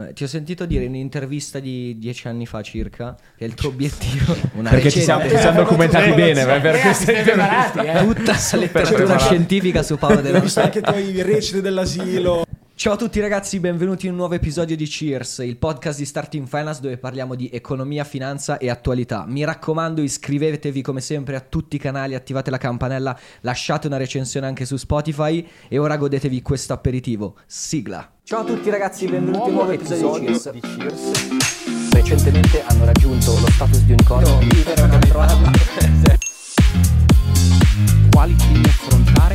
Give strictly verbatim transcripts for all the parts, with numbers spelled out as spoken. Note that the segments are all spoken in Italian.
Ti ho sentito dire in un'intervista di dieci anni fa circa che il tuo obiettivo una perché ci siamo, ci siamo documentati bene, ma perché eh, siete preparati, eh? tutta la letteratura scientifica su Paolo De Visto anche i tuoi reciti dell'asilo. Ciao a tutti ragazzi, benvenuti in un nuovo episodio di Cheers, il podcast di Starting Finance dove parliamo di economia, finanza e attualità. Mi raccomando, iscrivetevi come sempre a tutti i canali, attivate la campanella, lasciate una recensione anche su Spotify e ora godetevi questo aperitivo. Sigla. Ciao a tutti ragazzi, benvenuti in un nuovo episodio di Cheers. di Cheers. Recentemente hanno raggiunto lo status di unicorno. Vivere un altro anno. Quali temi affrontare?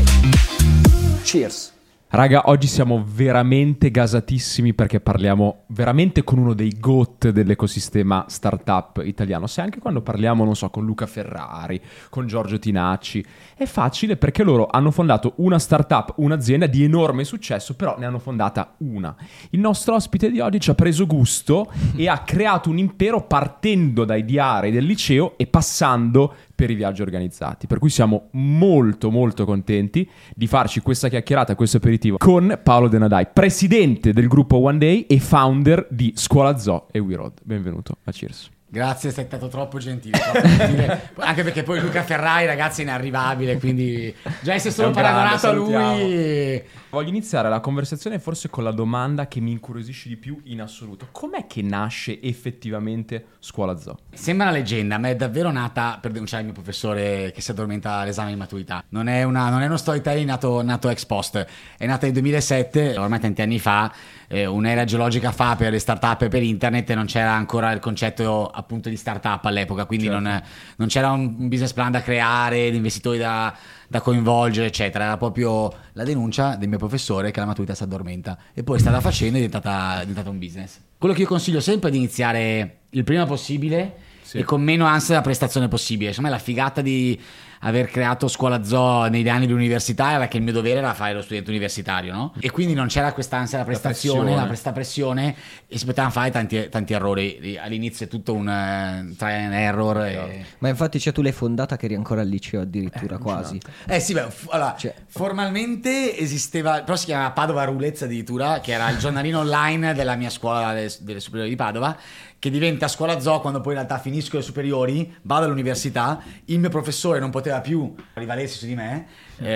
Cheers. Raga, oggi siamo veramente gasatissimi perché parliamo veramente con uno dei G O T dell'ecosistema startup italiano. Se anche quando parliamo, non so, con Luca Ferrari, con Giorgio Tinacci, è facile perché loro hanno fondato una startup, un'azienda di enorme successo, però ne hanno fondata una. Il nostro ospite di oggi ci ha preso gusto e ha creato un impero partendo dai diari del liceo e passando per i viaggi organizzati, per cui siamo molto molto contenti di farci questa chiacchierata, questo aperitivo con Paolo De Nadai, presidente del gruppo One Day e founder di Scuola Zoo e We Road. Benvenuto a Cheers. Grazie, sei stato troppo gentile, troppo gentile. Anche perché poi Luca Ferrari, ragazzi, è inarrivabile, quindi già essere solo paragonato a lui. Voglio iniziare la conversazione forse con la domanda che mi incuriosisce di più in assoluto. Com'è che nasce effettivamente Scuola Zoo? Sembra una leggenda, ma è davvero nata per denunciare il mio professore che si addormenta all'esame di maturità. Non è, una, non è uno storytelling nato, nato ex post, è nata nel duemilasette, ormai tanti anni fa, eh, un'era geologica fa per le startup e per internet, e non c'era ancora il concetto appunto di startup all'epoca, quindi certo. non, non c'era un, un business plan da creare, di investitori da, da coinvolgere, eccetera. Era proprio la denuncia del mio professore che la maturità si addormenta, e poi strada facendo è diventata, è diventata un business. Quello che io consiglio sempre è di iniziare il prima possibile, sì, e con meno ansia della prestazione possibile. Insomma, la figata di aver creato Scuola Zoo negli anni dell'università era che il mio dovere era fare lo studente universitario, no? E quindi non c'era questa ansia della prestazione, la, questa pressione, e si potevano fare tanti, tanti errori. All'inizio è tutto un uh, try and error. E... Ma infatti, cioè, tu l'hai fondata che eri ancora al liceo addirittura, eh, quasi. Eh sì, beh, f- allora, cioè... formalmente esisteva, però si chiamava Padova Rulez addirittura, che era il giornalino online della mia scuola delle, delle superiori di Padova, che diventa Scuola Zoo quando poi in realtà finisco le superiori, vado all'università, il mio professore non poteva più rivalersi su di me,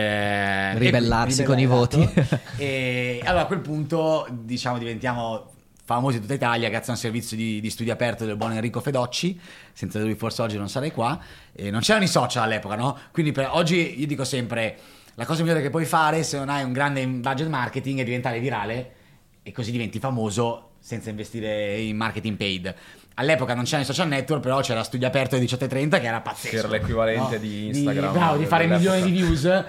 eh, ribellarsi con i voti, e allora a quel punto, diciamo, diventiamo famosi in tutta Italia grazie a un servizio di, di studio aperto del buon Enrico Fedocci. Senza lui forse oggi non sarei qua, e non c'erano i social all'epoca, no? Quindi per oggi io dico sempre, la cosa migliore che puoi fare se non hai un grande budget marketing è diventare virale, e così diventi famoso senza investire in marketing paid. All'epoca non c'era i social network, però c'era Studio Aperto alle diciotto e trenta che era pazzesco, era l'equivalente, no? di Instagram, di, bravo, di fare dell'epoca. milioni di views.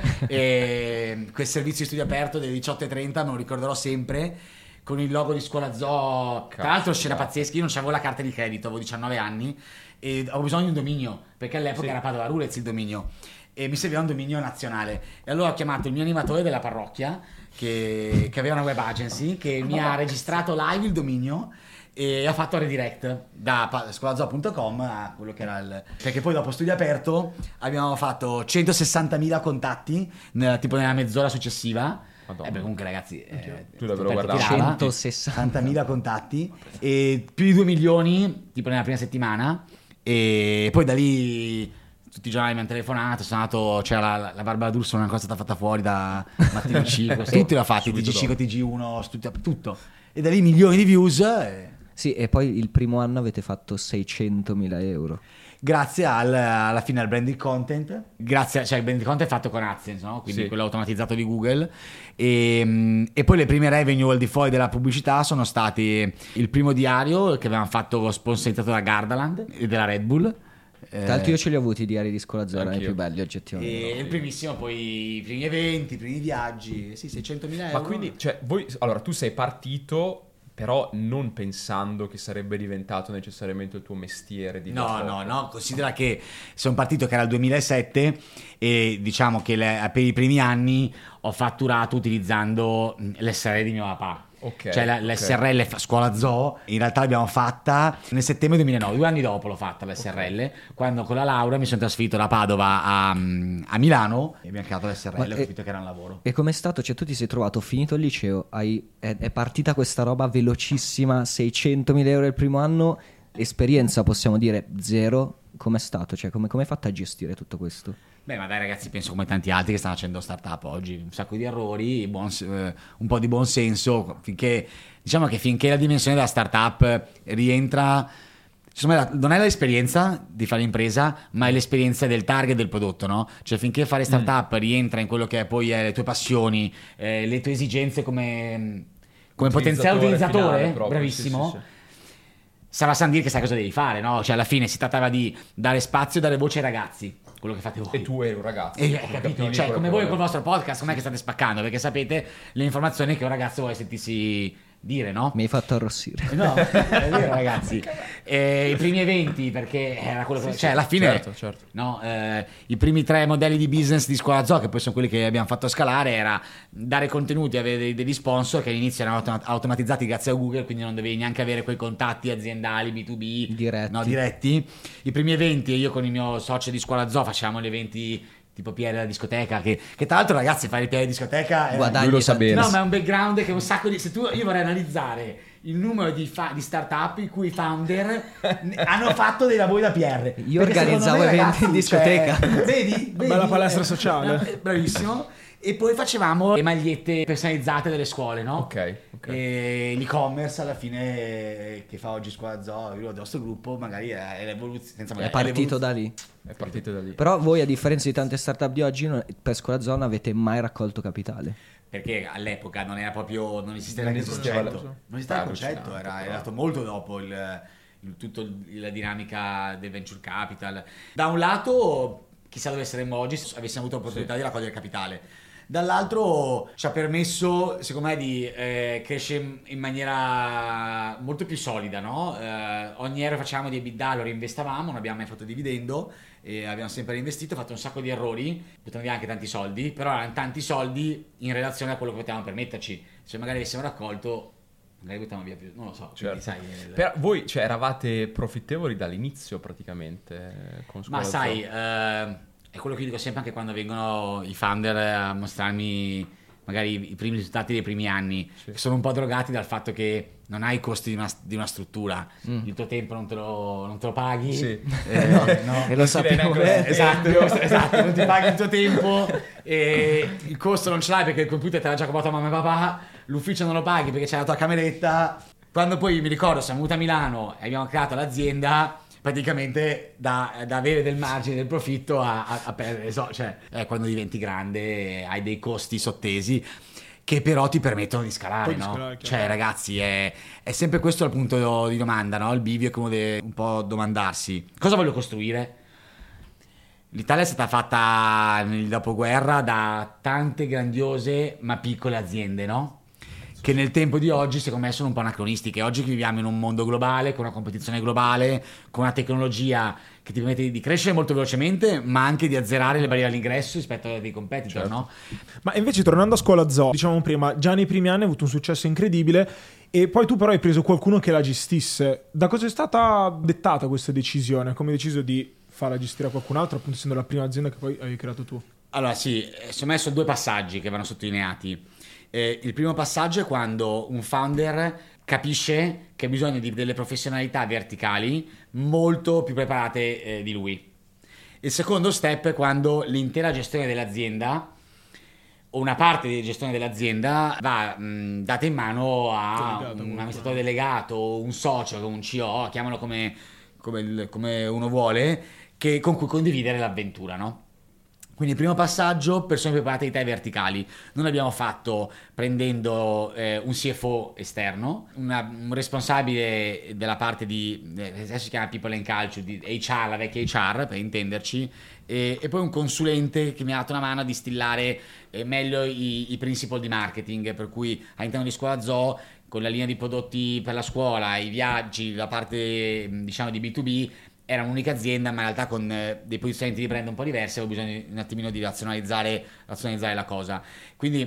E quel servizio di Studio Aperto delle diciotto e trenta me lo ricorderò sempre, con il logo di Scuola Zoo. Tra l'altro scena pazzesca, io non avevo la carta di credito, avevo diciannove anni e avevo bisogno di un dominio, perché all'epoca sì. era Padova Rulez il dominio, e mi serviva un dominio nazionale, e allora ho chiamato il mio animatore della parrocchia che, che aveva una web agency, che mi ha registrato live il dominio e ha fatto redirect da scuolazoo punto com a quello che era il... perché poi dopo Studio Aperto abbiamo fatto centosessantamila contatti nella, tipo nella mezz'ora successiva. Madonna. Eh beh, comunque ragazzi, eh, tu davvero guardavi centosessantamila contatti e più di due milioni tipo nella prima settimana, e poi da lì tutti i giornali mi hanno telefonato, sono andato, c'era la, la Barbara D'Urso, una cosa stata fatta fuori da Mattino cinque, tutti l'ha fatti, T G cinque, T G uno, studio, tutto, e da lì milioni di views. E... sì, e poi il primo anno avete fatto seicentomila euro. Grazie al, alla fine al branded content, grazie, cioè il branded content fatto con AdSense, no? Quindi sì, quello automatizzato di Google, e, e poi le prime revenue al di fuori della pubblicità sono stati il primo diario che avevamo fatto sponsorizzato da Gardaland e della Red Bull. Tra l'altro io ce li ho avuti i diari di Scuola Zoo, erano i più belli oggettivamente. E il primissimo, poi i primi eventi, i primi viaggi, sì, seicentomila euro. Ma quindi, cioè, voi, allora tu sei partito però non pensando che sarebbe diventato necessariamente il tuo mestiere di no no no considera che sono partito che era il duemilasette, e diciamo che le, per i primi anni ho fatturato utilizzando l'S R di mio papà, Ok, cioè la, ok. l'S R L fa- Scuola Zoo, in realtà l'abbiamo fatta nel settembre duemilanove, due anni dopo l'ho fatta l'S R L, okay. Quando con la laurea mi sono trasferito da Padova a, a Milano e abbiamo creato l'S R L, ho capito che era un lavoro. E com'è stato? Cioè tu ti sei trovato, finito il liceo, hai, è, è partita questa roba velocissima, seicentomila euro il primo anno, esperienza possiamo dire zero, com'è stato? Cioè come hai fatto a gestire tutto questo? Beh, ma dai ragazzi, penso come tanti altri che stanno facendo startup oggi, un sacco di errori, buon, eh, un po' di buon senso, finché, diciamo che finché la dimensione della startup rientra, insomma, non è l'esperienza di fare l'impresa, ma è l'esperienza del target del prodotto, no? Cioè finché fare startup mm. rientra in quello che poi è le tue passioni, eh, le tue esigenze come, come potenziale utilizzatore, finale, proprio, bravissimo. Sì, sì, sì. Sarà san dire che sai cosa devi fare, no? Cioè alla fine si trattava di dare spazio e dare voce ai ragazzi, quello che fate voi. E tu eri un ragazzo. E, eh, capito? Cioè come voi col vostro podcast, com'è che state spaccando? Perché sapete le informazioni che un ragazzo vuole sentirsi dire, no? Mi hai fatto arrossire. No, è vero ragazzi. E i primi eventi, perché era quello che... Sì, cioè sì, alla fine... Certo, certo. No, eh, i primi tre modelli di business di Scuola Zoo, che poi sono quelli che abbiamo fatto scalare, era dare contenuti, avere dei, degli sponsor che all'inizio erano autom- automatizzati grazie a Google, quindi non dovevi neanche avere quei contatti aziendali B due B diretti. No, diretti. I primi eventi, io con il mio socio di Scuola Zoo facevamo gli eventi tipo Pierre della discoteca, che, che tra l'altro ragazzi fare il Pierre di discoteca è... Guadagni, lui lo sa bene. No, ma è un background che un sacco di... Se tu, io vorrei analizzare il numero di, fa... di startup i cui founder hanno fatto dei lavori da P R. Io organizzavo eventi ragazzi, in discoteca. Cioè, vedi? vedi? Bella palestra sociale. Eh, bravissimo. E poi facevamo le magliette personalizzate delle scuole, no? Ok, ok. E l'e-commerce alla fine che fa oggi Scuola Zoo, il nostro gruppo, magari è l'evoluzione. È partito da lì. È partito da lì. Però voi, a differenza di tante startup di oggi, non, per Scuola Zoo non avete mai raccolto capitale. Perché all'epoca non era proprio, non esisteva non il esisteva concetto, la... non esisteva ah, il concetto, era però. arrivato molto dopo il, il, tutto la dinamica del venture capital. Da un lato, chissà dove saremmo oggi se avessimo avuto l'opportunità sì. di raccogliere capitale. Dall'altro ci ha permesso, secondo me, di eh, crescere in maniera molto più solida, no? Eh, ogni euro facevamo di EBITDA lo reinvestavamo, non abbiamo mai fatto dividendo e abbiamo sempre reinvestito, fatto un sacco di errori, potevamo dire anche tanti soldi, però erano tanti soldi in relazione a quello che potevamo permetterci. Se magari avessimo raccolto, magari buttavamo via più, non lo so. Certo. Sai, il... Però voi, cioè, eravate profittevoli dall'inizio praticamente con Scuola Ma sai... Eh, è quello che io dico sempre anche quando vengono i founder a mostrarmi magari i primi risultati dei primi anni, sì. che sono un po' drogati dal fatto che non hai i costi di una, di una struttura, mm. il tuo tempo non te lo, non te lo paghi, sì. eh, no, no. e lo sappiamo bene. Esatto, esatto, non ti paghi il tuo tempo e il costo non ce l'hai perché il computer te l'ha già comprato mamma e papà, l'ufficio non lo paghi perché c'è la tua cameretta. Quando poi mi ricordo siamo venuti a Milano e abbiamo creato l'azienda, praticamente da, da avere del margine del profitto a, a, a perdere, so, cioè eh, quando diventi grande hai dei costi sottesi che però ti permettono di scalare, no? Scalare, cioè ragazzi è, è sempre questo il punto di domanda, no? Il bivio è come deve un po' domandarsi cosa voglio costruire. L'Italia è stata fatta nel dopoguerra da tante grandiose ma piccole aziende, no? Che nel tempo di oggi secondo me sono un po' anacronistiche. Oggi viviamo in un mondo globale, con una competizione globale, con una tecnologia che ti permette di crescere molto velocemente, ma anche di azzerare le barriere all'ingresso rispetto a dei competitor, certo. no? Ma invece tornando a Scuola Zoo, diciamo prima, già nei primi anni hai avuto un successo incredibile e poi tu però hai preso qualcuno che la gestisse. Da cosa è stata dettata questa decisione? Come hai deciso di farla gestire a qualcun altro, appunto essendo la prima azienda che poi hai creato tu? Allora sì, secondo me sono due passaggi che vanno sottolineati. Eh, il primo passaggio è quando un founder capisce che ha bisogno di delle professionalità verticali molto più preparate eh, di lui. Il secondo step è quando l'intera gestione dell'azienda o una parte di gestione dell'azienda va mh, data in mano a delegato, un amministratore delegato, un socio, un C E O, chiamalo come, come, il, come uno vuole, che, con cui condividere l'avventura, no? Quindi il primo passaggio, persone preparate di te verticali. Non l'abbiamo fatto prendendo eh, un C F O esterno, una, un responsabile della parte di, eh, adesso si chiama People and Culture, di H R, la vecchia H R per intenderci, e, e poi un consulente che mi ha dato una mano a distillare eh, meglio i, i principle di marketing, per cui all'interno di Scuola Zoo, con la linea di prodotti per la scuola, i viaggi, la parte diciamo di B due B, era un'unica azienda, ma in realtà con eh, dei posizionamenti di brand un po' diversi, avevo bisogno un attimino di razionalizzare, razionalizzare la cosa. Quindi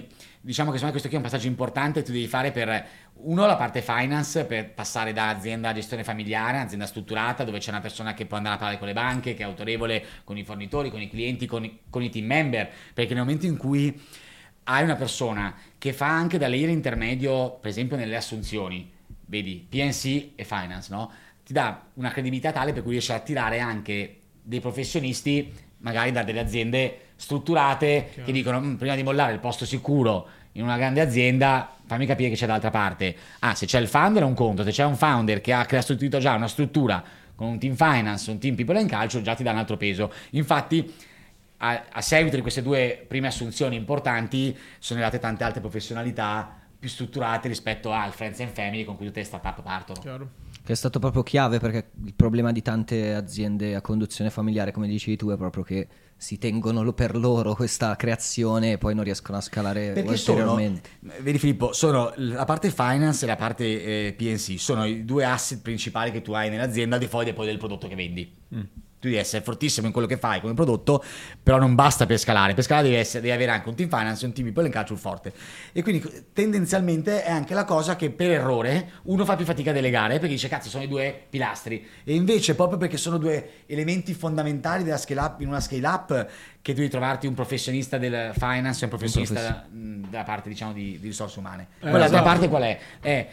diciamo che secondo me questo qui è un passaggio importante che tu devi fare per, uno, la parte finance, per passare da azienda a gestione familiare, azienda strutturata, dove c'è una persona che può andare a parlare con le banche, che è autorevole con i fornitori, con i clienti, con i, con i team member, perché nel momento in cui hai una persona che fa anche da layer intermedio, per esempio nelle assunzioni, vedi, P and C e finance, no? Ti dà una credibilità tale per cui riesci a attirare anche dei professionisti, magari da delle aziende strutturate, Chiaro. Che dicono prima di mollare il posto sicuro in una grande azienda, fammi capire che c'è dall'altra parte. Ah, se c'è il founder è un conto, se c'è un founder che ha, che ha sostituito già una struttura con un team finance, un team people and culture, già ti dà un altro peso. Infatti a, a seguito di queste due prime assunzioni importanti sono arrivate tante altre professionalità più strutturate rispetto al friends and family con cui tutte le startup partono. Chiaro. Che è stato proprio chiave, perché il problema di tante aziende a conduzione familiare, come dicevi tu, è proprio che si tengono per loro questa creazione e poi non riescono a scalare perché ulteriormente. Sono, vedi Filippo, sono la parte finance e la parte eh, P and C, sono i due asset principali che tu hai nell'azienda, di poi poi del prodotto che vendi. Mm. Tu devi essere fortissimo in quello che fai come prodotto, però non basta per scalare. Per scalare devi, essere, devi avere anche un team finance e un team people and culture forte. E quindi tendenzialmente è anche la cosa che per errore uno fa più fatica a delegare, perché dice cazzo sono i due pilastri. E invece proprio perché sono due elementi fondamentali della scale up, in una scale up, che devi trovarti un professionista del finance e un professionista un profes- della parte diciamo di, di risorse umane. Eh, Poi l'altra parte qual è? È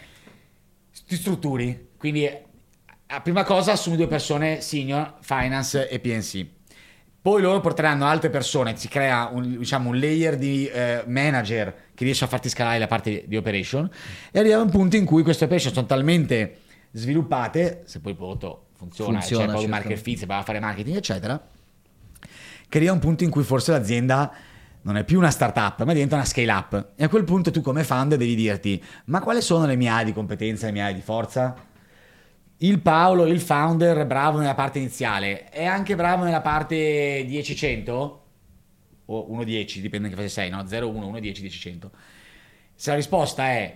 ti strutturi, quindi a prima cosa assumi due persone senior, finance e P and C. Poi loro porteranno altre persone, si crea un, diciamo, un layer di eh, manager che riesce a farti scalare la parte di operation, e arriva un punto in cui queste operation sono talmente sviluppate, se poi il prodotto funziona, funziona c'è poi un market fit, se va a fare marketing eccetera, che arriva un punto in cui forse l'azienda non è più una startup, ma diventa una scale up. E a quel punto tu come founder devi dirti: ma quali sono le mie aree di competenza, le mie aree di forza? Il Paolo, il founder, è bravo nella parte iniziale, è anche bravo nella parte dieci cento? O uno dieci, dipende che fase sei, no? zero uno, uno dieci, dieci cento. Se la risposta è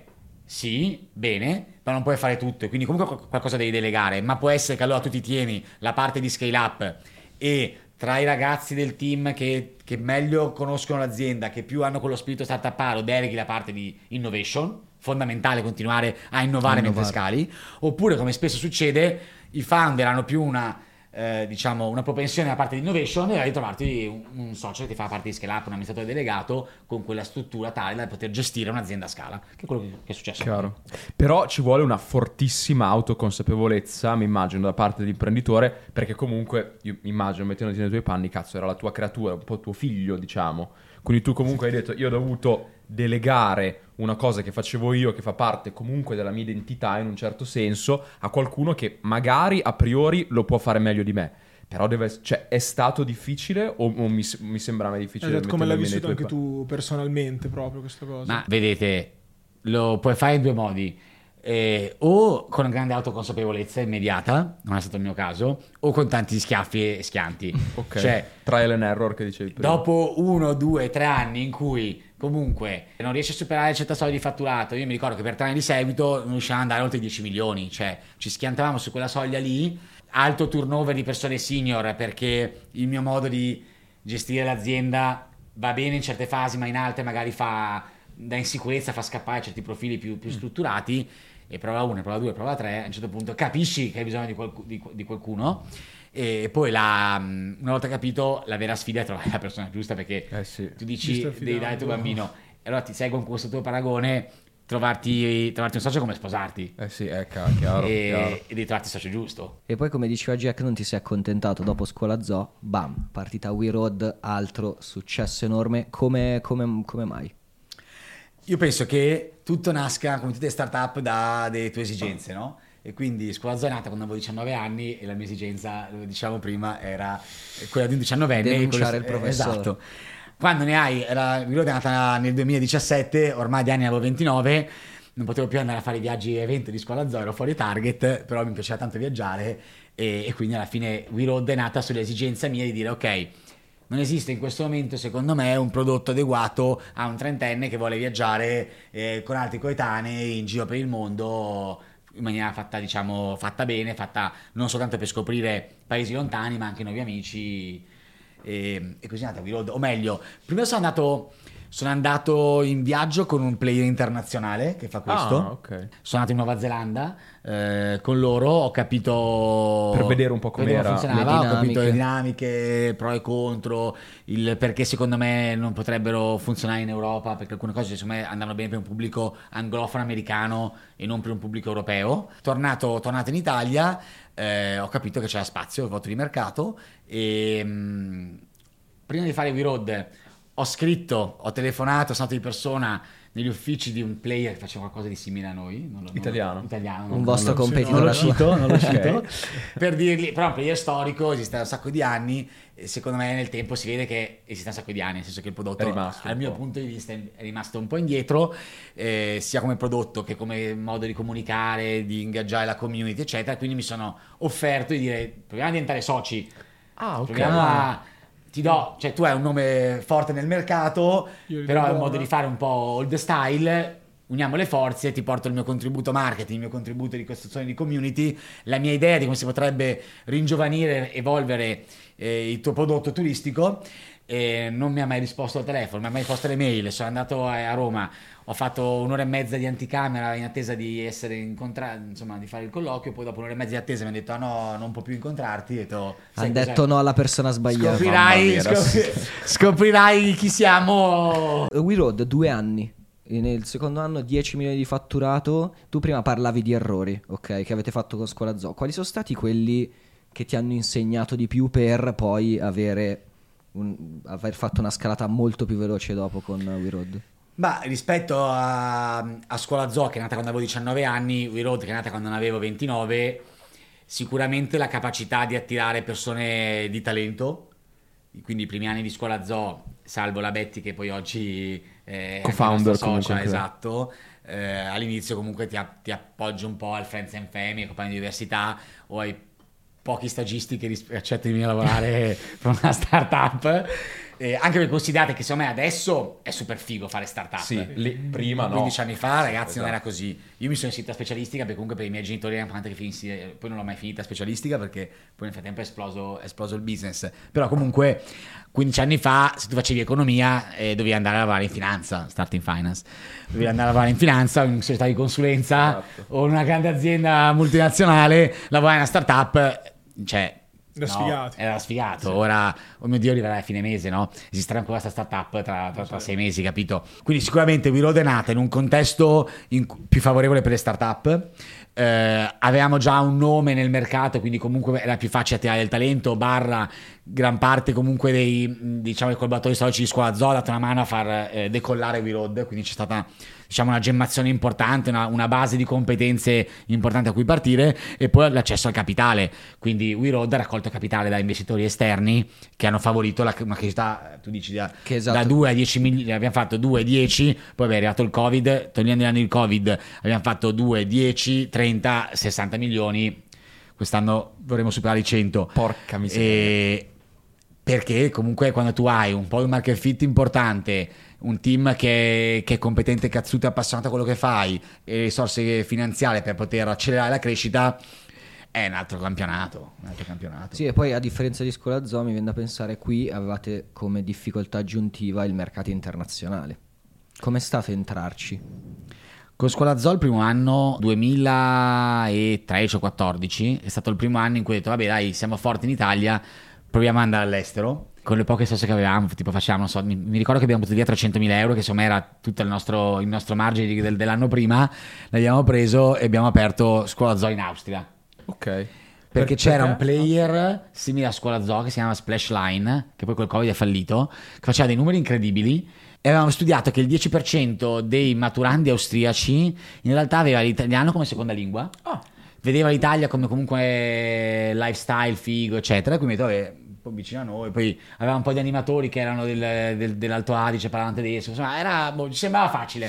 sì, bene, ma non puoi fare tutto, quindi comunque qualcosa devi delegare, ma può essere che allora tu ti tieni la parte di scale up e tra i ragazzi del team che, che meglio conoscono l'azienda, che più hanno quello spirito startuparo, deleghi la parte di innovation, fondamentale continuare a innovare, a innovare mentre scali, oppure come spesso succede i founder hanno più una eh, diciamo una propensione alla parte di innovation e vai a trovarti un, un socio che ti fa parte di scale up, un amministratore delegato con quella struttura tale da poter gestire un'azienda a scala, che è quello che, che è successo. Chiaro. Però ci vuole una fortissima autoconsapevolezza, mi immagino, da parte dell'imprenditore, perché comunque io immagino, mettendoti nei tuoi panni, cazzo, era la tua creatura, un po' tuo figlio, diciamo. Quindi tu comunque hai detto: io ho dovuto delegare una cosa che facevo io, che fa parte comunque della mia identità in un certo senso, a qualcuno che magari a priori lo può fare meglio di me. Però deve, cioè, è stato difficile o, o mi, mi sembrava difficile? Esatto, come l'hai vissuto anche pa- tu personalmente proprio questa cosa? Ma vedete, lo puoi fare in due modi. Eh, o con grande autoconsapevolezza immediata, non è stato il mio caso, o con tanti schiaffi e schianti. Ok, cioè, trial and error che dicevi prima. Dopo uno, due, tre anni in cui comunque non riesci a superare certa soglia di fatturato, io mi ricordo che per tre anni di seguito non riuscivamo ad andare oltre i dieci milioni, cioè ci schiantavamo su quella soglia lì, alto turnover di persone senior, perché il mio modo di gestire l'azienda va bene in certe fasi, ma in altre magari fa da insicurezza, fa scappare certi profili più, più strutturati. E prova uno, prova due, prova tre, a un certo punto capisci che hai bisogno di, qualc- di, di qualcuno, e poi la, una volta capito, la vera sfida è trovare la persona giusta, perché eh sì. tu dici devi dare il tuo bambino, e allora ti seguo con questo tuo paragone, trovarti, trovarti un socio come sposarti. Eh sì, è chiaro, e, chiaro. e devi trovarti il socio giusto. E poi, come diceva Jack, non ti sei accontentato. Dopo Scuola Zoo, bam, partita We Road, altro successo enorme. Come, come, come mai? Io penso che tutto nasca, come tutte le startup, da delle tue esigenze, no? E quindi Scuola Zoo è nata quando avevo diciannove anni e la mia esigenza, lo diciamo prima, era quella di un diciannovenne. Denunciare il professore. Esatto. Quando ne hai, era, mi ricordo, è nata nel duemiladiciassette, ormai di anni avevo ventinove, non potevo più andare a fare i viaggi evento di Scuola Zoo, ero fuori target, però mi piaceva tanto viaggiare, e, e quindi alla fine We Road è nata sull'esigenza mia di dire: ok, non esiste in questo momento, secondo me, un prodotto adeguato a un trentenne che vuole viaggiare eh, con altri coetanei in giro per il mondo in maniera fatta, diciamo, fatta bene, fatta non soltanto per scoprire paesi lontani, ma anche nuovi amici. E, e così è nata We Road. O meglio, prima sono andato Sono andato in viaggio con un player internazionale che fa questo. Ah, ok. Sono andato in Nuova Zelanda eh, con loro, ho capito Per vedere un po' com'era funzionava, le ho capito le dinamiche. dinamiche, pro e contro, il perché secondo me non potrebbero funzionare in Europa, perché alcune cose secondo me andavano bene per un pubblico anglofono americano e non per un pubblico europeo. Tornato, tornato in Italia, eh, ho capito che c'era spazio, voto di mercato e mh, prima di fare We Road ho scritto, ho telefonato, sono stato di persona negli uffici di un player che faceva qualcosa di simile a noi. Non lo, non, Italiano. italiano Un non- vostro non lo- competitor. Non lo cito, non lo Ok. cito. Per dirgli, però è un player storico, esiste da un sacco di anni. E secondo me nel tempo si vede che esiste un sacco di anni, nel senso che il prodotto, È rimasto al un mio po'. punto di vista, è rimasto un po' indietro, eh, sia come prodotto che come modo di comunicare, di ingaggiare la community, eccetera. Quindi mi sono offerto di dire, proviamo a diventare soci. Ah, ok. Proviamo a... Ti do, cioè tu hai un nome forte nel mercato, Io li però è un do- modo di fare un po' old style, uniamo le forze, ti porto il mio contributo marketing, il mio contributo di costruzione di community, la mia idea di come si potrebbe ringiovanire, evolvere eh, il tuo prodotto turistico. E non mi ha mai risposto al telefono, mi ha mai risposto alle mail. Sono andato a, a Roma, ho fatto un'ora e mezza di anticamera in attesa di essere incontrato, insomma di fare il colloquio. Poi dopo un'ora e mezza di attesa mi hanno detto ah no, non può più incontrarti. Ho detto, sai Hanno cos'è? detto no alla persona sbagliata. Scoprirai, Mamma mia, scopri- scoprirai chi siamo. We Road, due anni. E nel secondo anno dieci milioni di fatturato. Tu prima parlavi di errori, ok, che avete fatto con Scuola Zoo. Quali sono stati quelli che ti hanno insegnato di più per poi avere un- aver fatto una scalata molto più veloce dopo con We Road? Ma rispetto a, a Scuola Zoo, che è nata quando avevo diciannove anni, We Road, che è nata quando ne avevo ventinove, sicuramente la capacità di attirare persone di talento. Quindi i primi anni di Scuola Zoo, salvo la Betty che poi oggi è Co-founder anche nostra comunque socia, anche lei. esatto. Eh, all'inizio comunque ti, a- ti appoggio un po' al Friends and Family, ai compagni di università o ai pochi stagisti che ris- accettano di venire a lavorare per una startup. Eh, anche perché considerate che secondo me adesso è super figo fare startup. Sì, lì- prima no. quindici anni fa, ragazzi, non Esatto. era così. Io mi sono iscritto a specialistica perché comunque per i miei genitori era importante che finissi, eh, poi non l'ho mai finita specialistica perché poi nel frattempo è esploso, è esploso il business. Però comunque quindici anni fa, se tu facevi economia, eh, dovevi andare a lavorare in finanza, Starting Finance. Dovevi andare a lavorare in finanza, in una società di consulenza Esatto. o in una grande azienda multinazionale, lavorare in una startup, cioè... Era no, sfigato. era sfigato. Ora, oh mio Dio, arriverà a fine mese, no? Esisterà ancora questa startup tra, tra, tra sei mesi, capito? Quindi sicuramente We Road è nata in un contesto in cu- più favorevole per le startup. Eh, avevamo già un nome nel mercato, quindi comunque era più facile attirare il talento, barra gran parte comunque dei, diciamo, i collaboratori storici di Scuola Zoo ha dato una mano a far eh, decollare We Road, quindi c'è stata, diciamo, una gemmazione importante, una, una base di competenze importante a cui partire, e poi l'accesso al capitale. Quindi We Road ha raccolto capitale da investitori esterni che hanno favorito la, una crescita, tu dici, da, Che esatto. da due a dieci milioni, abbiamo fatto due, dieci, poi è arrivato il Covid, togliendo gli anni il Covid abbiamo fatto due, dieci, trenta, sessanta milioni, quest'anno vorremmo superare i cento. Porca miseria. E perché comunque quando tu hai un po' di market fit importante, un team che, che è competente, cazzuto e appassionato a quello che fai, e risorse finanziarie per poter accelerare la crescita, è un altro campionato, un altro campionato. Sì, e poi a differenza di Scuola Zoo mi viene da pensare, qui avevate come difficoltà aggiuntiva il mercato internazionale. Come state a entrarci? Con Scuola Zoo il primo anno, duemilatredici o quattordici, è stato il primo anno in cui ho detto vabbè dai, siamo forti in Italia, proviamo ad andare all'estero. Con le poche risorse che avevamo, tipo facciamo, non so, mi, mi ricordo che abbiamo buttato via trecentomila euro, che insomma era tutto il nostro, il nostro margine di- del- dell'anno prima, l'abbiamo preso e abbiamo aperto Scuola Zoo in Austria. Ok. Perché Per- c'era perché? un player simile a Scuola Zoo che si chiama Splashline, che poi col Covid è fallito, che faceva dei numeri incredibili. E avevamo studiato che il dieci per cento dei maturandi austriaci in realtà aveva l'italiano come seconda lingua. Ah. Vedeva l'Italia come comunque lifestyle, figo, eccetera. Quindi mi ho detto, vabbè, un po' vicino a noi. Poi aveva un po' di animatori che erano del, del- dell'Alto Adige, parlavano tedesco. Insomma, era, boh, ci sembrava facile.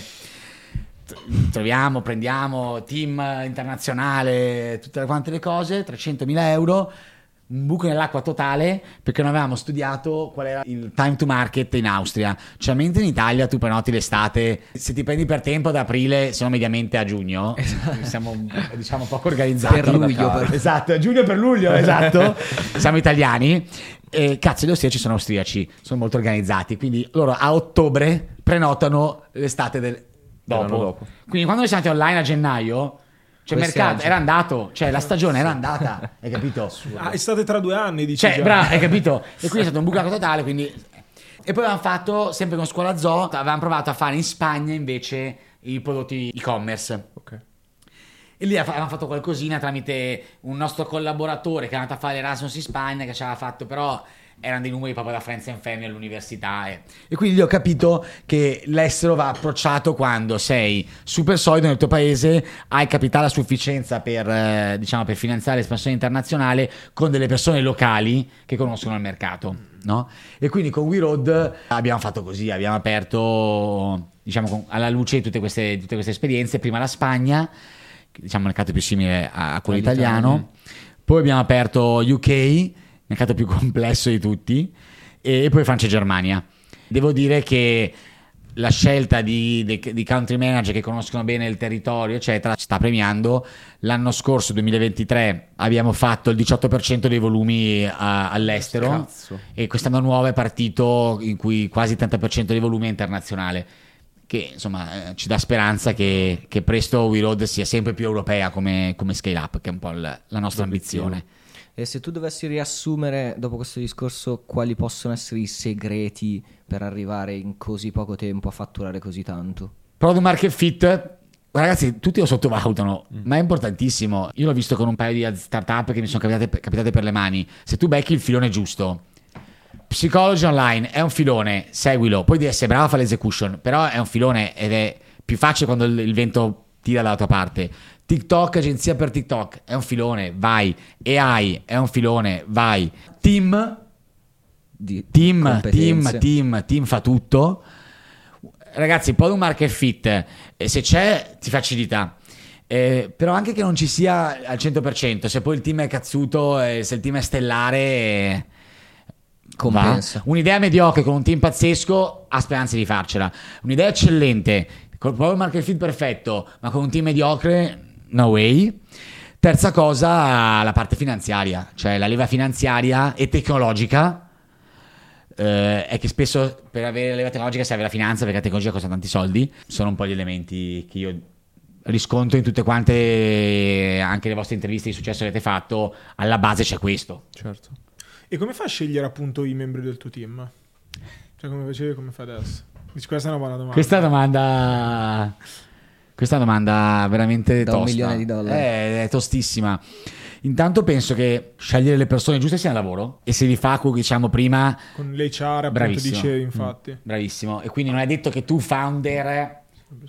Troviamo, prendiamo team internazionale, tutte quante le cose, trecentomila euro. un buco nell'acqua totale perché non avevamo studiato qual era il time to market in Austria. Cioè, mentre in Italia tu prenoti l'estate, se ti prendi per tempo ad aprile, sono mediamente a giugno. Siamo, diciamo, poco organizzati. Per luglio, per... esatto, giugno per luglio, esatto. Siamo italiani. E cazzo, gli austriaci sono austriaci, sono molto organizzati. Quindi loro a ottobre prenotano l'estate del dopo. dopo. Quindi quando noi siamo andati online a gennaio, cioè il mercato era andato, cioè la stagione era andata, hai capito? Ah, è state tra due anni, dici. Cioè, già. bravo, hai capito? E quindi è stato un bucato totale, quindi... E poi avevamo fatto, sempre con Scuola Zoo, avevamo provato a fare in Spagna invece i prodotti e-commerce. Ok. E lì avevamo fatto qualcosina tramite un nostro collaboratore che è andato a fare l'Erasmus in Spagna, che ci aveva fatto però... erano dei numeri proprio da Friends and Family all'università e... e quindi lì ho capito che l'estero va approcciato quando sei super solido nel tuo paese, hai capitale a sufficienza per, eh, diciamo, per finanziare l'espansione internazionale con delle persone locali che conoscono il mercato, no? E quindi con We Road abbiamo fatto così, abbiamo aperto, diciamo, con, alla luce di tutte queste, tutte queste esperienze, prima la Spagna, diciamo il mercato più simile a, a quello italiano, poi abbiamo aperto U K, mercato più complesso di tutti, e poi Francia e Germania. Devo dire che la scelta di, di, di country manager che conoscono bene il territorio eccetera sta premiando. L'anno scorso duemilaventitré abbiamo fatto il diciotto per cento dei volumi a, all'estero. Cazzo. E quest'anno nuovo è partito in cui quasi il trenta per cento dei volumi è internazionale, che insomma eh, ci dà speranza che, che presto We Road sia sempre più europea come, come scale up, che è un po' la, la nostra ambizione. E se tu dovessi riassumere dopo questo discorso quali possono essere i segreti per arrivare in così poco tempo a fatturare così tanto? Product market fit, ragazzi, tutti lo sottovalutano, mm. ma è importantissimo. Io l'ho visto con un paio di startup che mi sono capitate, capitate per le mani. Se tu becchi il filone giusto, Psychology Online è un filone, seguilo, poi devi essere bravo a fare l'execution, però è un filone ed è più facile quando il, il vento tira dalla tua parte. TikTok, agenzia per TikTok, è un filone, vai. A I è un filone, vai. Team, Di team, competenze. team, team, team fa tutto. Ragazzi, poi un market fit, eh, se c'è ti facilita. Eh, però anche che non ci sia al cento per cento, se poi il team è cazzuto, eh, se il team è stellare... Eh, compensa. Va. Un'idea mediocre con un team pazzesco ha speranze di farcela. Un'idea eccellente col proprio market fit perfetto ma con un team mediocre, no way. Terza cosa, la parte finanziaria, cioè la leva finanziaria e tecnologica. Eh, è che spesso per avere la leva tecnologica serve la finanza, perché la tecnologia costa tanti soldi. Sono un po' gli elementi che io riscontro in tutte quante, anche le vostre interviste di successo che avete fatto. Alla base c'è questo. Certo. E come fai a scegliere appunto i membri del tuo team? Cioè come facevi, come fai adesso? Dici, questa è una buona domanda. Questa domanda Questa domanda veramente Da tosta. un milione di dollari. È, è tostissima. Intanto penso che scegliere le persone giuste sia un lavoro, e se li fa, come diciamo prima, Con l'H R appunto bravissimo. dicevi, infatti. Mm, bravissimo. E quindi non è detto che tu founder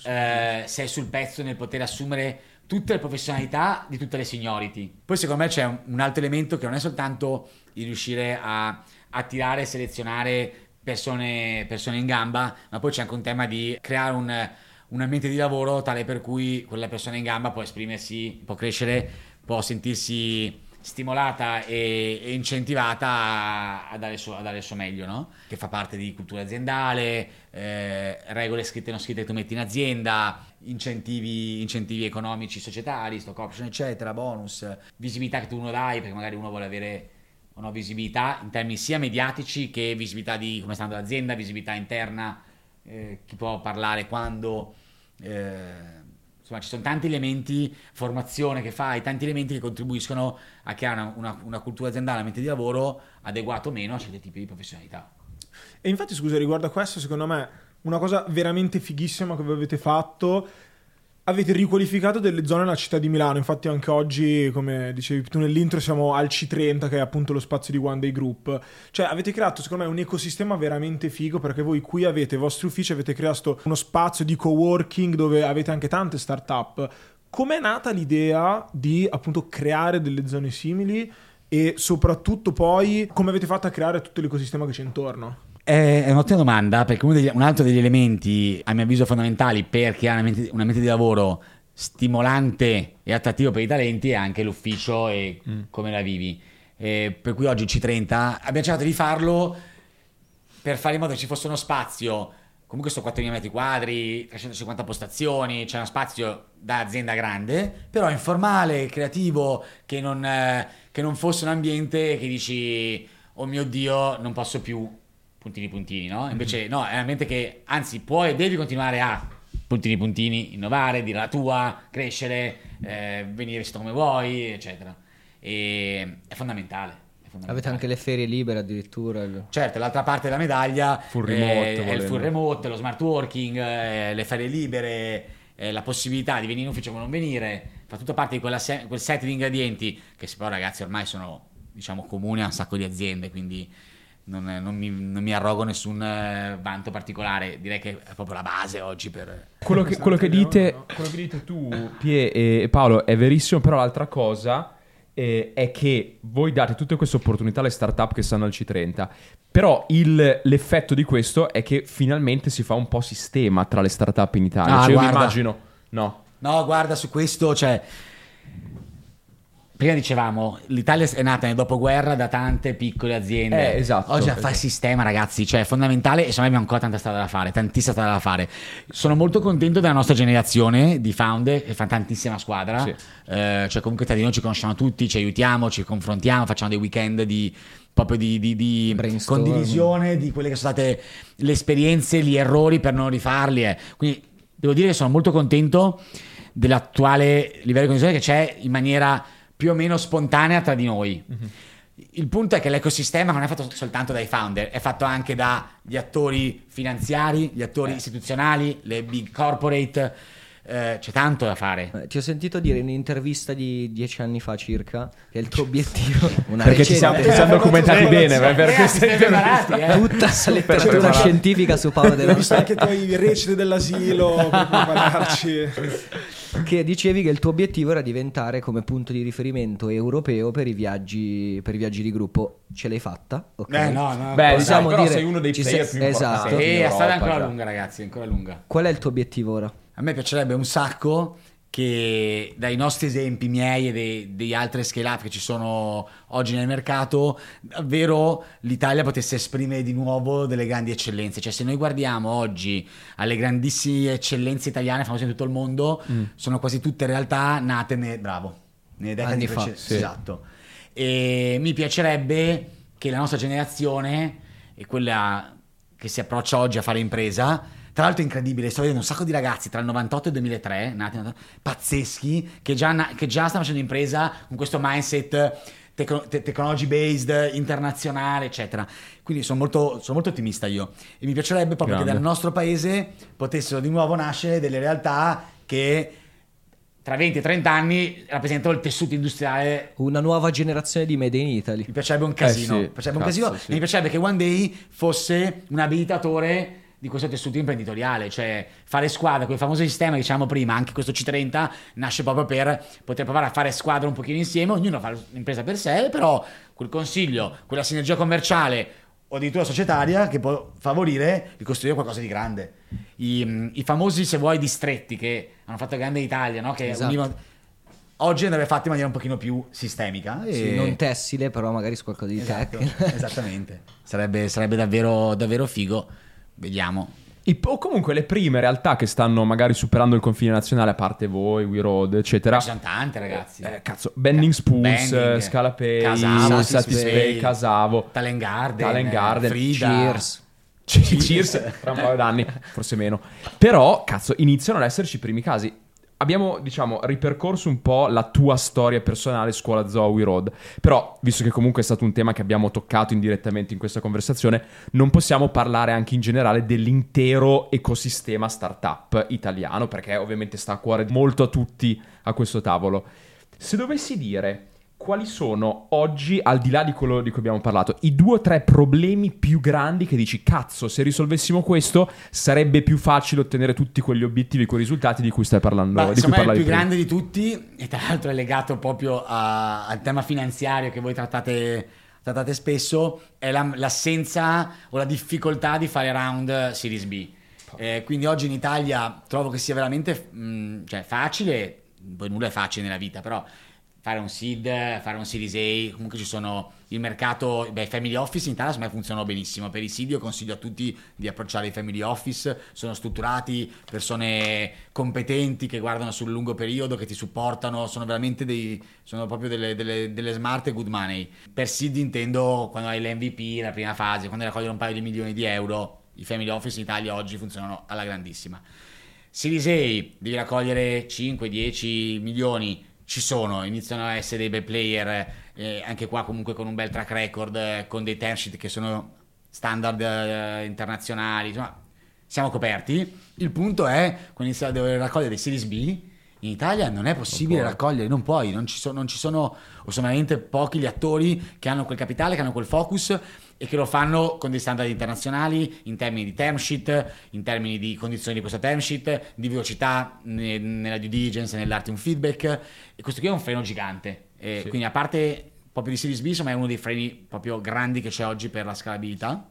eh, sei sul pezzo nel poter assumere tutte le professionalità di tutte le seniority. Poi secondo me c'è un, un altro elemento che non è soltanto di riuscire a attirare e selezionare persone, persone in gamba, ma poi c'è anche un tema di creare un, un ambiente di lavoro tale per cui quella persona in gamba può esprimersi, può crescere, può sentirsi stimolata e, e incentivata a, a, dare il suo, a dare il suo meglio, no? Che fa parte di cultura aziendale, eh, regole scritte e non scritte che tu metti in azienda, incentivi, incentivi economici societari, stock option eccetera, bonus, visibilità che tu uno dai, perché magari uno vuole avere una visibilità in termini sia mediatici che visibilità di come sta andando l'azienda, visibilità interna, eh, chi può parlare quando, eh, insomma ci sono tanti elementi, formazione che fai, tanti elementi che contribuiscono a creare una, una, una cultura aziendale, un ambiente di lavoro adeguato o meno a certi tipi di professionalità. E infatti scusa, riguardo a questo, secondo me una cosa veramente fighissima che voi avete fatto, avete riqualificato delle zone nella città di Milano. Infatti anche oggi, come dicevi tu nell'intro, siamo al C trenta, che è appunto lo spazio di One Day Group. Cioè avete creato secondo me un ecosistema veramente figo, perché voi qui avete i vostri uffici, avete creato uno spazio di coworking dove avete anche tante startup. Com'è nata l'idea di appunto creare delle zone simili, e soprattutto poi come avete fatto a creare tutto l'ecosistema che c'è intorno? È un'ottima domanda, perché uno degli, un altro degli elementi, a mio avviso, fondamentali per creare un ambiente, un ambiente di lavoro stimolante e attrattivo per i talenti è anche l'ufficio e mm. come la vivi. eh, per cui oggi il C trenta abbiamo cercato di farlo per fare in modo che ci fosse uno spazio, comunque sono quattromila metri quadri, trecentocinquanta postazioni, c'è uno spazio da azienda grande, però informale, creativo, che non, eh, che non fosse un ambiente che dici oh mio Dio non posso più puntini puntini, no? Invece mm-hmm. no, è un ambiente che anzi puoi e devi continuare a puntini puntini, innovare, dire la tua, crescere, eh, venire vestito come vuoi, eccetera. E è fondamentale. Avete anche le ferie libere addirittura. Certo, l'altra parte della medaglia full remote, eh, è il full remote, lo smart working, eh, le ferie libere, eh, la possibilità di venire in ufficio o non venire, fa tutta parte di quella se- quel set di ingredienti che però ragazzi ormai sono diciamo comuni a un sacco di aziende, quindi non, non, mi, non mi arrogo nessun eh, vanto particolare, direi che è proprio la base oggi per... Quello che, quello che, dite, quello che dite tu, Pie e Paolo, è verissimo, però l'altra cosa... Eh, è che voi date tutte queste opportunità alle startup che stanno al C trenta, però il, l'effetto di questo è che finalmente si fa un po' sistema tra le startup in Italia. Ah, cioè io mi guarda. immagino no no guarda su questo, cioè prima dicevamo l'Italia è nata nel dopoguerra da tante piccole aziende, eh, esatto, oggi a esatto. fare sistema ragazzi, cioè è fondamentale e secondo me abbiamo ancora tanta strada da fare, tantissima strada da fare. Sono molto contento della nostra generazione di founder che fa tantissima squadra, sì. eh, cioè comunque tra di noi ci conosciamo tutti, ci aiutiamo, ci confrontiamo, facciamo dei weekend di proprio di, di, di condivisione di quelle che sono state le esperienze, gli errori per non rifarli, eh. Quindi devo dire che sono molto contento dell'attuale livello di condivisione che c'è in maniera più o meno spontanea tra di noi. Mm-hmm. Il punto è che l'ecosistema non è fatto soltanto dai founder, è fatto anche dagli attori finanziari, gli attori eh. istituzionali, le big corporate, eh, c'è tanto da fare. Eh, ti ho sentito dire in un'intervista di dieci anni fa circa che il tuo obiettivo una perché ci siamo, ci siamo documentati bene per, per questa preparati, eh. tutta la letteratura scientifica su Paolo Della Ho visto anche i tuoi reciti dell'asilo per prepararci. Che dicevi che il tuo obiettivo era diventare come punto di riferimento europeo per i viaggi per i viaggi di gruppo. Ce l'hai fatta? Okay. Eh, no, no, Beh, possiamo però dire, sei uno dei player sei, più esatto. importanti. Sì, la strada è ancora Europa, lunga ragazzi, è ancora lunga. Qual è il tuo obiettivo ora? A me piacerebbe un sacco che dai nostri esempi miei e dei, degli altri scale up che ci sono oggi nel mercato davvero l'Italia potesse esprimere di nuovo delle grandi eccellenze. Cioè se noi guardiamo oggi alle grandissime eccellenze italiane famose in tutto il mondo, mm. sono quasi tutte realtà nate ne, bravo, nelle decadi anni fa, precedenti. sì. Esatto. E mi piacerebbe che la nostra generazione e quella che si approccia oggi a fare impresa, tra l'altro è incredibile, sto vedendo un sacco di ragazzi tra il novantotto e il duemilatré nati pazzeschi che già, che già stanno facendo impresa con questo mindset tecno, te, technology based, internazionale, eccetera. Quindi sono molto, sono molto ottimista io e mi piacerebbe proprio Grande. Che dal nostro paese potessero di nuovo nascere delle realtà che tra venti e trenta anni rappresentano il tessuto industriale. Una nuova generazione di Made in Italy. Mi piacerebbe un casino, eh sì, mi piacerebbe cazzo, un casino sì. e mi piacerebbe che One Day fosse un abilitatore di questo tessuto imprenditoriale, cioè fare squadra, quel famoso sistema che dicevamo prima, anche questo C trenta nasce proprio per poter provare a fare squadra un pochino insieme, ognuno fa l'impresa per sé, però quel consiglio, quella sinergia commerciale o addirittura societaria che può favorire di costruire qualcosa di grande. I, i famosi, se vuoi, distretti che hanno fatto grande Italia, no? Che esatto. univano, oggi andrebbe fatto in maniera un pochino più sistemica. E... Sì, non tessile, però magari su qualcosa di esatto, tech. Esattamente. Sarebbe, sarebbe davvero, davvero figo. Vediamo. I, o comunque le prime realtà che stanno magari superando il confine nazionale, a parte voi, We Road, eccetera. Ci sono tante, ragazzi. Eh, cazzo, Bending Spools, Bending, Scalapay, Casavo, Satispay, Casavo, Talent Garden, Talent Garden, Frida, Cheers. Cheers, tra un paio d'anni, forse meno. Però, cazzo, iniziano ad esserci i primi casi. Abbiamo, diciamo, ripercorso un po' la tua storia personale Scuola Zoo We Road. Però, visto che comunque è stato un tema che abbiamo toccato indirettamente in questa conversazione, non possiamo parlare anche in generale dell'intero ecosistema startup italiano, perché ovviamente sta a cuore molto a tutti a questo tavolo. Se dovessi dire quali sono oggi, al di là di quello di cui abbiamo parlato, i due o tre problemi più grandi che dici, cazzo, se risolvessimo questo sarebbe più facile ottenere tutti quegli obiettivi, quei risultati di cui stai parlando. Ma di cui insomma il più prima. grande di tutti, e tra l'altro è legato proprio a, al tema finanziario che voi trattate, trattate spesso, è la, l'assenza o la difficoltà di fare round Series B. Eh, quindi oggi in Italia trovo che sia veramente mh, cioè facile, poi nulla è facile nella vita, però fare un seed, fare un Series A, comunque ci sono il mercato, beh, i family office in Italia secondo me funzionano benissimo. Per i seed io consiglio a tutti di approcciare i family office, sono strutturati, persone competenti che guardano sul lungo periodo, che ti supportano, sono veramente dei, sono proprio delle, delle, delle smart e good money. Per seed intendo quando hai l'M V P, la prima fase, quando raccogliere un paio di milioni di euro, i family office in Italia oggi funzionano alla grandissima. Series A, devi raccogliere cinque dieci milioni, ci sono, iniziano a essere dei bei player, eh, anche qua comunque con un bel track record, eh, con dei term sheet che sono standard eh, internazionali, insomma siamo coperti. Il punto è, quando iniziamo a dover raccogliere dei Series B, in Italia non è possibile non raccogliere, non puoi, non ci, so, non ci sono, o sono veramente pochi gli attori che hanno quel capitale, che hanno quel focus e che lo fanno con dei standard internazionali in termini di term sheet, in termini di condizioni di questo term sheet, di velocità ne, nella due diligence, nell'arte un feedback, e questo qui è un freno gigante. E sì. Quindi a parte proprio di Series B, insomma è uno dei freni proprio grandi che c'è oggi per la scalabilità.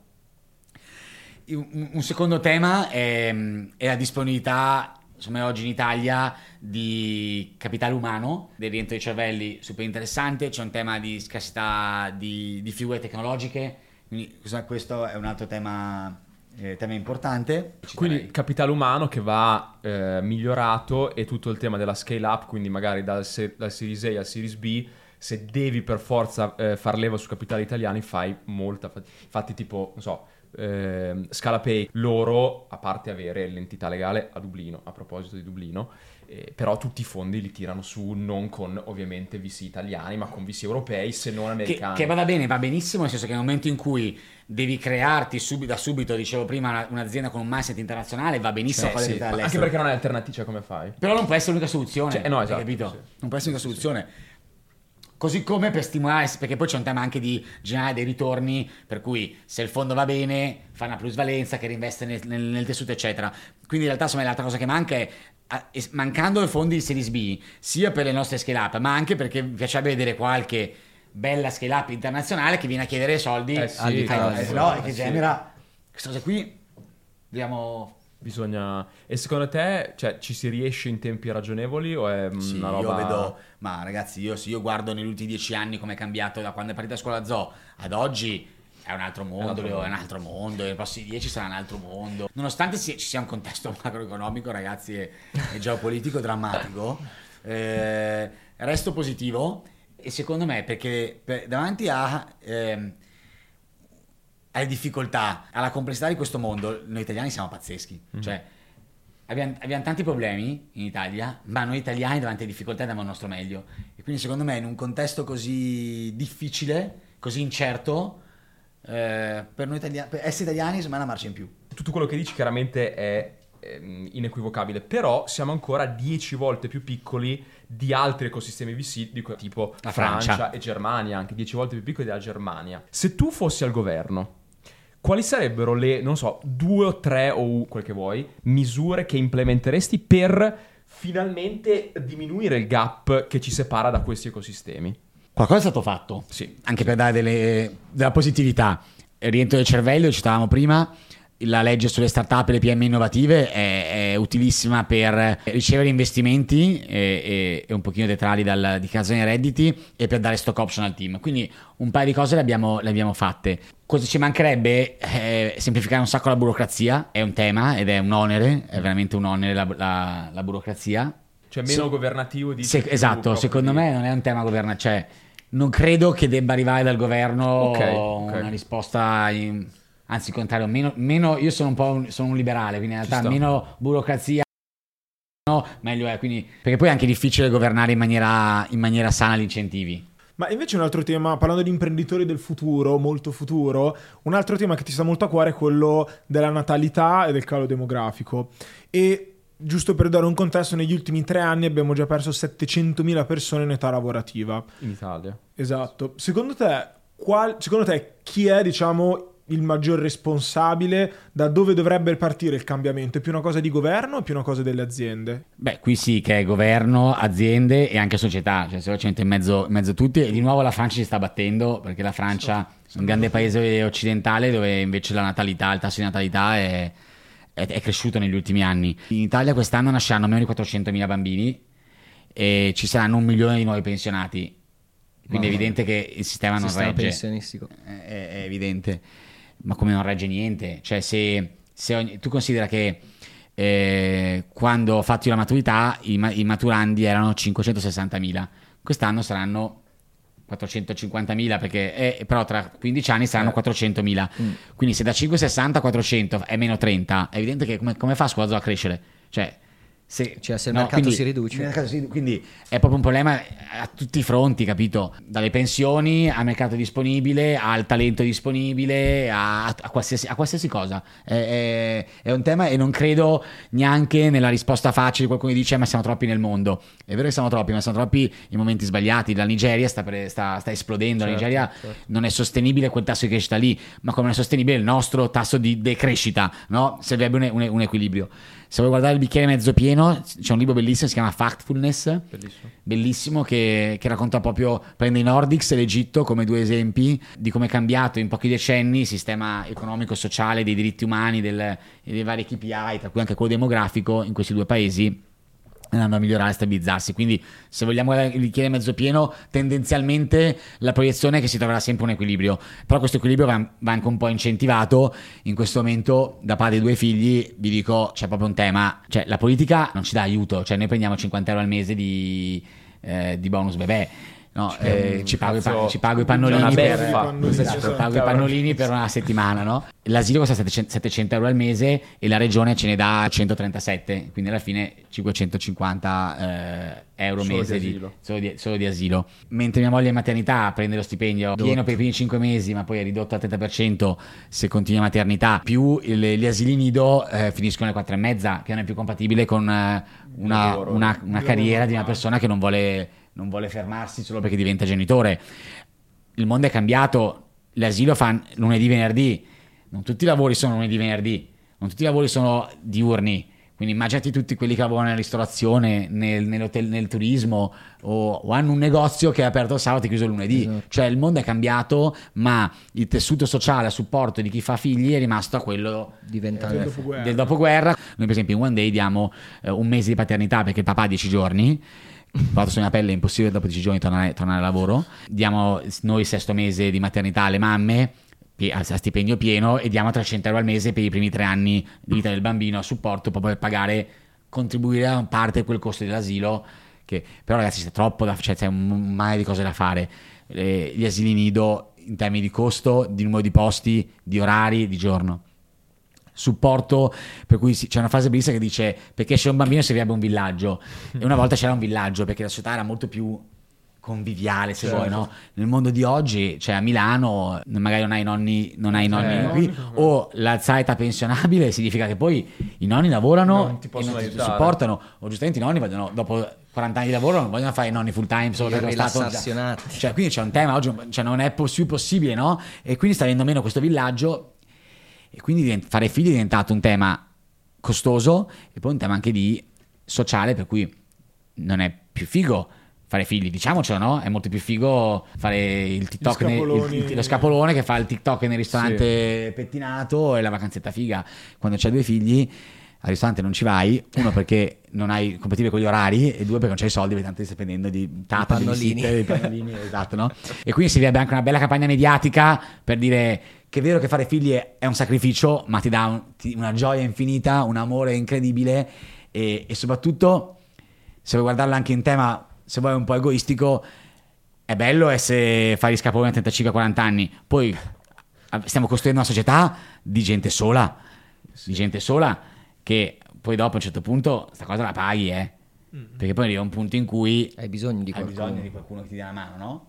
Un, un secondo tema è, è la disponibilità, insomma oggi in Italia, di capitale umano, del rientro dei cervelli super interessante. C'è un tema di scarsità di, di figure tecnologiche, quindi questo è un altro tema, eh, tema importante. Quindi capitale umano che va eh, migliorato, e tutto il tema della scale up, quindi magari dal, se- dal Series A al Series B, se devi per forza eh, far leva su capitali italiani fai molta fatica. Infatti tipo, non so, eh, Scalapay, loro, a parte avere l'entità legale a Dublino, a proposito di Dublino, eh, però tutti i fondi li tirano su non con ovviamente V C italiani, ma con V C europei, se non americani. Che, che vada bene, va benissimo, nel senso che nel momento in cui devi crearti subito, da subito, dicevo prima, una, un'azienda con un mindset internazionale, va benissimo. Cioè, sì, anche perché non è alternativa, cioè come fai? Però non può essere l'unica soluzione, cioè, no, esatto, capito? Sì. Non può essere l'unica soluzione. Così come per stimolare, perché poi c'è un tema anche di generare dei ritorni, per cui se il fondo va bene fa una plusvalenza che reinveste nel, nel, nel tessuto eccetera. Quindi in realtà insomma l'altra cosa che manca è, è mancando i fondi di Series B, sia per le nostre scale up, ma anche perché mi piacerebbe vedere qualche bella scale up internazionale che viene a chiedere soldi eh sì, all'Italia, eh, no? eh, E che sì. genera queste cose qui. Dobbiamo... Bisogna... E secondo te, cioè, ci si riesce in tempi ragionevoli o è Sì, una roba... io vedo, ma ragazzi, io, io guardo negli ultimi dieci anni come è cambiato da quando è partita Scuola Zoo ad oggi. È un altro mondo, è un altro mondo, è un altro mondo, nei prossimi dieci sarà un altro mondo. Nonostante ci sia un contesto macroeconomico, ragazzi, e, e geopolitico drammatico, eh, resto positivo, e secondo me perché per, davanti a... Eh, alle difficoltà, alla complessità di questo mondo, noi italiani siamo pazzeschi. Mm-hmm. Cioè, abbiamo, abbiamo tanti problemi in Italia, ma noi italiani davanti alle difficoltà diamo il nostro meglio. E quindi secondo me in un contesto così difficile, così incerto, eh, per noi italiani, per essere italiani sembra una marcia in più. Tutto quello che dici chiaramente è eh, inequivocabile, però siamo ancora dieci volte più piccoli di altri ecosistemi V C, di tipo La Francia. Francia e Germania, anche dieci volte più piccoli della Germania. Se tu fossi al governo, quali sarebbero le, non so, due o tre o quel che vuoi, misure che implementeresti per finalmente diminuire il gap che ci separa da questi ecosistemi? Qualcosa è stato fatto, sì, anche sì. per dare delle, della positività. Il rientro del cervello, citavamo prima, la legge sulle start-up e le P M innovative è, è utilissima per ricevere investimenti e, e, e un pochino detrali dal, di casa nei redditi, e per dare stock option al team. Quindi un paio di cose le abbiamo, le abbiamo fatte. Cosa ci mancherebbe? Eh, semplificare un sacco la burocrazia, è un tema ed è un onere, è veramente un onere la, la, la burocrazia. Cioè meno Se, governativo di... se, esatto, secondo di... me non è un tema governativo, cioè non credo che debba arrivare dal governo okay, okay. una risposta... In, anzi, il contrario, meno, meno, io sono un po' un, sono un liberale, quindi in realtà meno burocrazia, no, meglio è. Quindi, perché poi è anche difficile governare in maniera, in maniera sana gli incentivi. Ma invece un altro tema, parlando di imprenditori del futuro, molto futuro, un altro tema che ti sta molto a cuore è quello della natalità e del calo demografico. E giusto per dare un contesto, negli ultimi tre anni abbiamo già perso settecentomila persone in età lavorativa. In Italia. Esatto. Secondo te, qual, secondo te chi è, diciamo, il maggior responsabile? Da dove dovrebbe partire il cambiamento? È più una cosa di governo o più una cosa delle aziende? Beh, qui sì che è governo, aziende e anche società, cioè se lo c'entra in mezzo, in mezzo tutti. E di nuovo la Francia si sta battendo, perché la Francia è un grande paese occidentale dove invece la natalità, il tasso di natalità è, è, è cresciuto negli ultimi anni. In Italia quest'anno nasceranno meno di quattrocentomila bambini e ci saranno un milione di nuovi pensionati. quindi è evidente che il sistema non sistema regge. pensionistico. È, è evidente, ma come non regge niente? Cioè, se, se ogni, tu considera che eh, quando ho fatto io la maturità, i, i maturandi erano cinquecentosessantamila, quest'anno saranno quattrocentocinquantamila, perché è, però tra quindici anni saranno quattrocentomila. Mm. Quindi se da cinquecentosessanta a quattrocento è meno trenta, è evidente che come, come fa Scuola Zoo a crescere? Cioè, se, cioè, se il no, mercato quindi, si riduce. il mercato si, quindi è proprio un problema a tutti i fronti, capito? Dalle pensioni al mercato disponibile, al talento disponibile, a, a, qualsiasi, a qualsiasi cosa. È, è, è un tema, e non credo neanche nella risposta facile. Qualcuno dice ma siamo troppi nel mondo. È vero che siamo troppi, ma siamo troppi in momenti sbagliati. La Nigeria sta, per, sta, sta esplodendo, certo, la Nigeria certo. Non è sostenibile quel tasso di crescita lì, ma come non è sostenibile il nostro tasso di decrescita, no? Servirebbe un, un, un equilibrio. Se vuoi guardare il bicchiere mezzo pieno, c'è un libro bellissimo, si chiama Factfulness, bellissimo, bellissimo che, che racconta proprio, prende i Nordics e l'Egitto come due esempi di come è cambiato in pochi decenni il sistema economico e sociale, dei diritti umani, del, dei vari K P I, tra cui anche quello demografico in questi due paesi, andando a migliorare e stabilizzarsi. Quindi se vogliamo guardare il bicchiere mezzo pieno, tendenzialmente la proiezione è che si troverà sempre un equilibrio, però questo equilibrio va, va anche un po' incentivato. In questo momento da padre di due figli vi dico c'è proprio un tema, cioè la politica non ci dà aiuto, cioè noi prendiamo cinquanta euro al mese di, eh, di bonus bebè. No, eh, ci, pago cazzo, i, ci pago i pannolini una per, beffa. esatto, pago i pannolini per una settimana, no? L'asilo costa settecento euro al mese e la regione ce ne dà centotrentasette, quindi alla fine cinquecentocinquanta eh, euro solo mese di di, asilo. solo, di, solo di asilo. Mentre mia moglie in maternità prende lo stipendio pieno per i primi cinque mesi, ma poi è ridotto al trenta per cento se continua in maternità, più il, gli asili nido eh, finiscono alle quattro e mezza, che non è più compatibile con eh, una, una, una carriera di una persona che non vuole non vuole fermarsi solo perché diventa genitore. Il mondo è cambiato, l'asilo fa lunedì venerdì, non tutti i lavori sono lunedì venerdì, non tutti i lavori sono diurni, quindi immaginati tutti quelli che lavorano nella ristorazione, nel, nell'hotel, nel turismo, o, o hanno un negozio che è aperto il sabato e chiuso il lunedì. Esatto. Cioè il mondo è cambiato, ma il tessuto sociale a supporto di chi fa figli è rimasto a quello Diventa eh, del dopoguerra. del dopoguerra. Noi per esempio in One Day diamo eh, un mese di paternità perché il papà ha dieci giorni, vado sulla mia pelle, è impossibile dopo dieci giorni tornare, tornare al lavoro. Diamo noi il sesto mese di maternità alle mamme a stipendio pieno e diamo trecento euro al mese per i primi tre anni di vita del bambino a supporto, proprio per pagare, contribuire a parte di quel costo dell'asilo, che però ragazzi c'è troppo da, cioè c'è un mare di cose da fare. Eh, gli asili nido in termini di costo, di numero di posti, di orari, di giorno, supporto, per cui c'è una frase bellissima che dice perché c'è un bambino servirebbe un villaggio, e una volta c'era un villaggio perché la società era molto più conviviale, se certo. vuoi, no? Nel mondo di oggi, cioè a Milano magari non hai nonni, non hai nonni eh, qui, nonni, o l'alzata età pensionabile significa che poi i nonni lavorano non ti possono e non ti supportano, o giustamente i nonni vogliono, dopo quaranta anni di lavoro non vogliono fare i nonni full time solo perché lo Stato, cioè quindi c'è un tema oggi, cioè non è più possibile, no? E quindi sta venendo meno questo villaggio, e quindi fare figli è diventato un tema costoso e poi un tema anche di sociale, per cui non è più figo fare figli, diciamocelo, no? È molto più figo fare il TikTok, nel, il, il, lo scapolone che fa il TikTok nel ristorante sì. pettinato e la vacanzetta figa. Quando c'hai due figli al ristorante non ci vai, uno perché non hai compatibile con gli orari, e due perché non c'hai soldi, perché tanto stai spendendo di tata, pannolini, di pannolini esatto, no? E quindi servirebbe anche una bella campagna mediatica per dire che è vero che fare figli è, è un sacrificio, ma ti dà un, ti, una gioia infinita, un amore incredibile, e, e soprattutto se vuoi guardarlo anche in tema, se vuoi un po' egoistico, è bello essere fare gli scapoloni a trentacinque quaranta anni, poi stiamo costruendo una società di gente sola, di gente sola che poi dopo a un certo punto sta cosa la paghi, eh? Mm-hmm. Perché poi arriva un punto in cui hai bisogno di hai qualcuno, bisogno di qualcuno che ti dia la mano, no?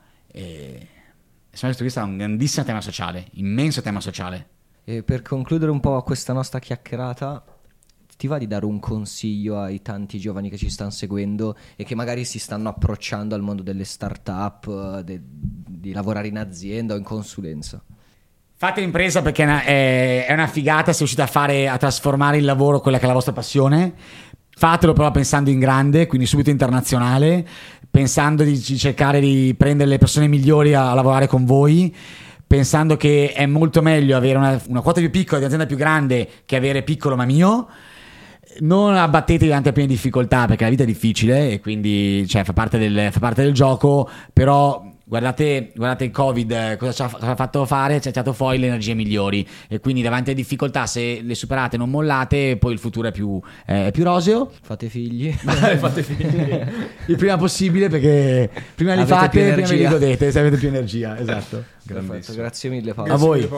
E secondo questo è un grandissimo tema sociale, immenso tema sociale. E per concludere un po' questa nostra chiacchierata, ti va di dare un consiglio ai tanti giovani che ci stanno seguendo e che magari si stanno approcciando al mondo delle start-up, de, di lavorare in azienda o in consulenza? Fate impresa perché è una, è, è una figata se riuscite a fare, a trasformare il lavoro, quella che è la vostra passione. Fatelo però pensando in grande, quindi subito internazionale, pensando di, di cercare di prendere le persone migliori a, a lavorare con voi, pensando che è molto meglio avere una, una quota più piccola di un'azienda più grande che avere piccolo ma mio. Non abbattetevi davanti a piene difficoltà perché la vita è difficile e quindi cioè, fa parte del, fa parte del gioco, però Guardate, guardate il Covid, eh, cosa ci ha, cosa ha fatto fare? Ci ha tirato fuori le energie migliori, e quindi davanti a difficoltà, se le superate non mollate, poi il futuro è più, eh, è più roseo. Fate figli. Fate figli il prima possibile, perché prima li Avete fate, più prima ve li energia. godete, se avete più energia. Esatto. Perfetto, grazie mille Paolo. A voi.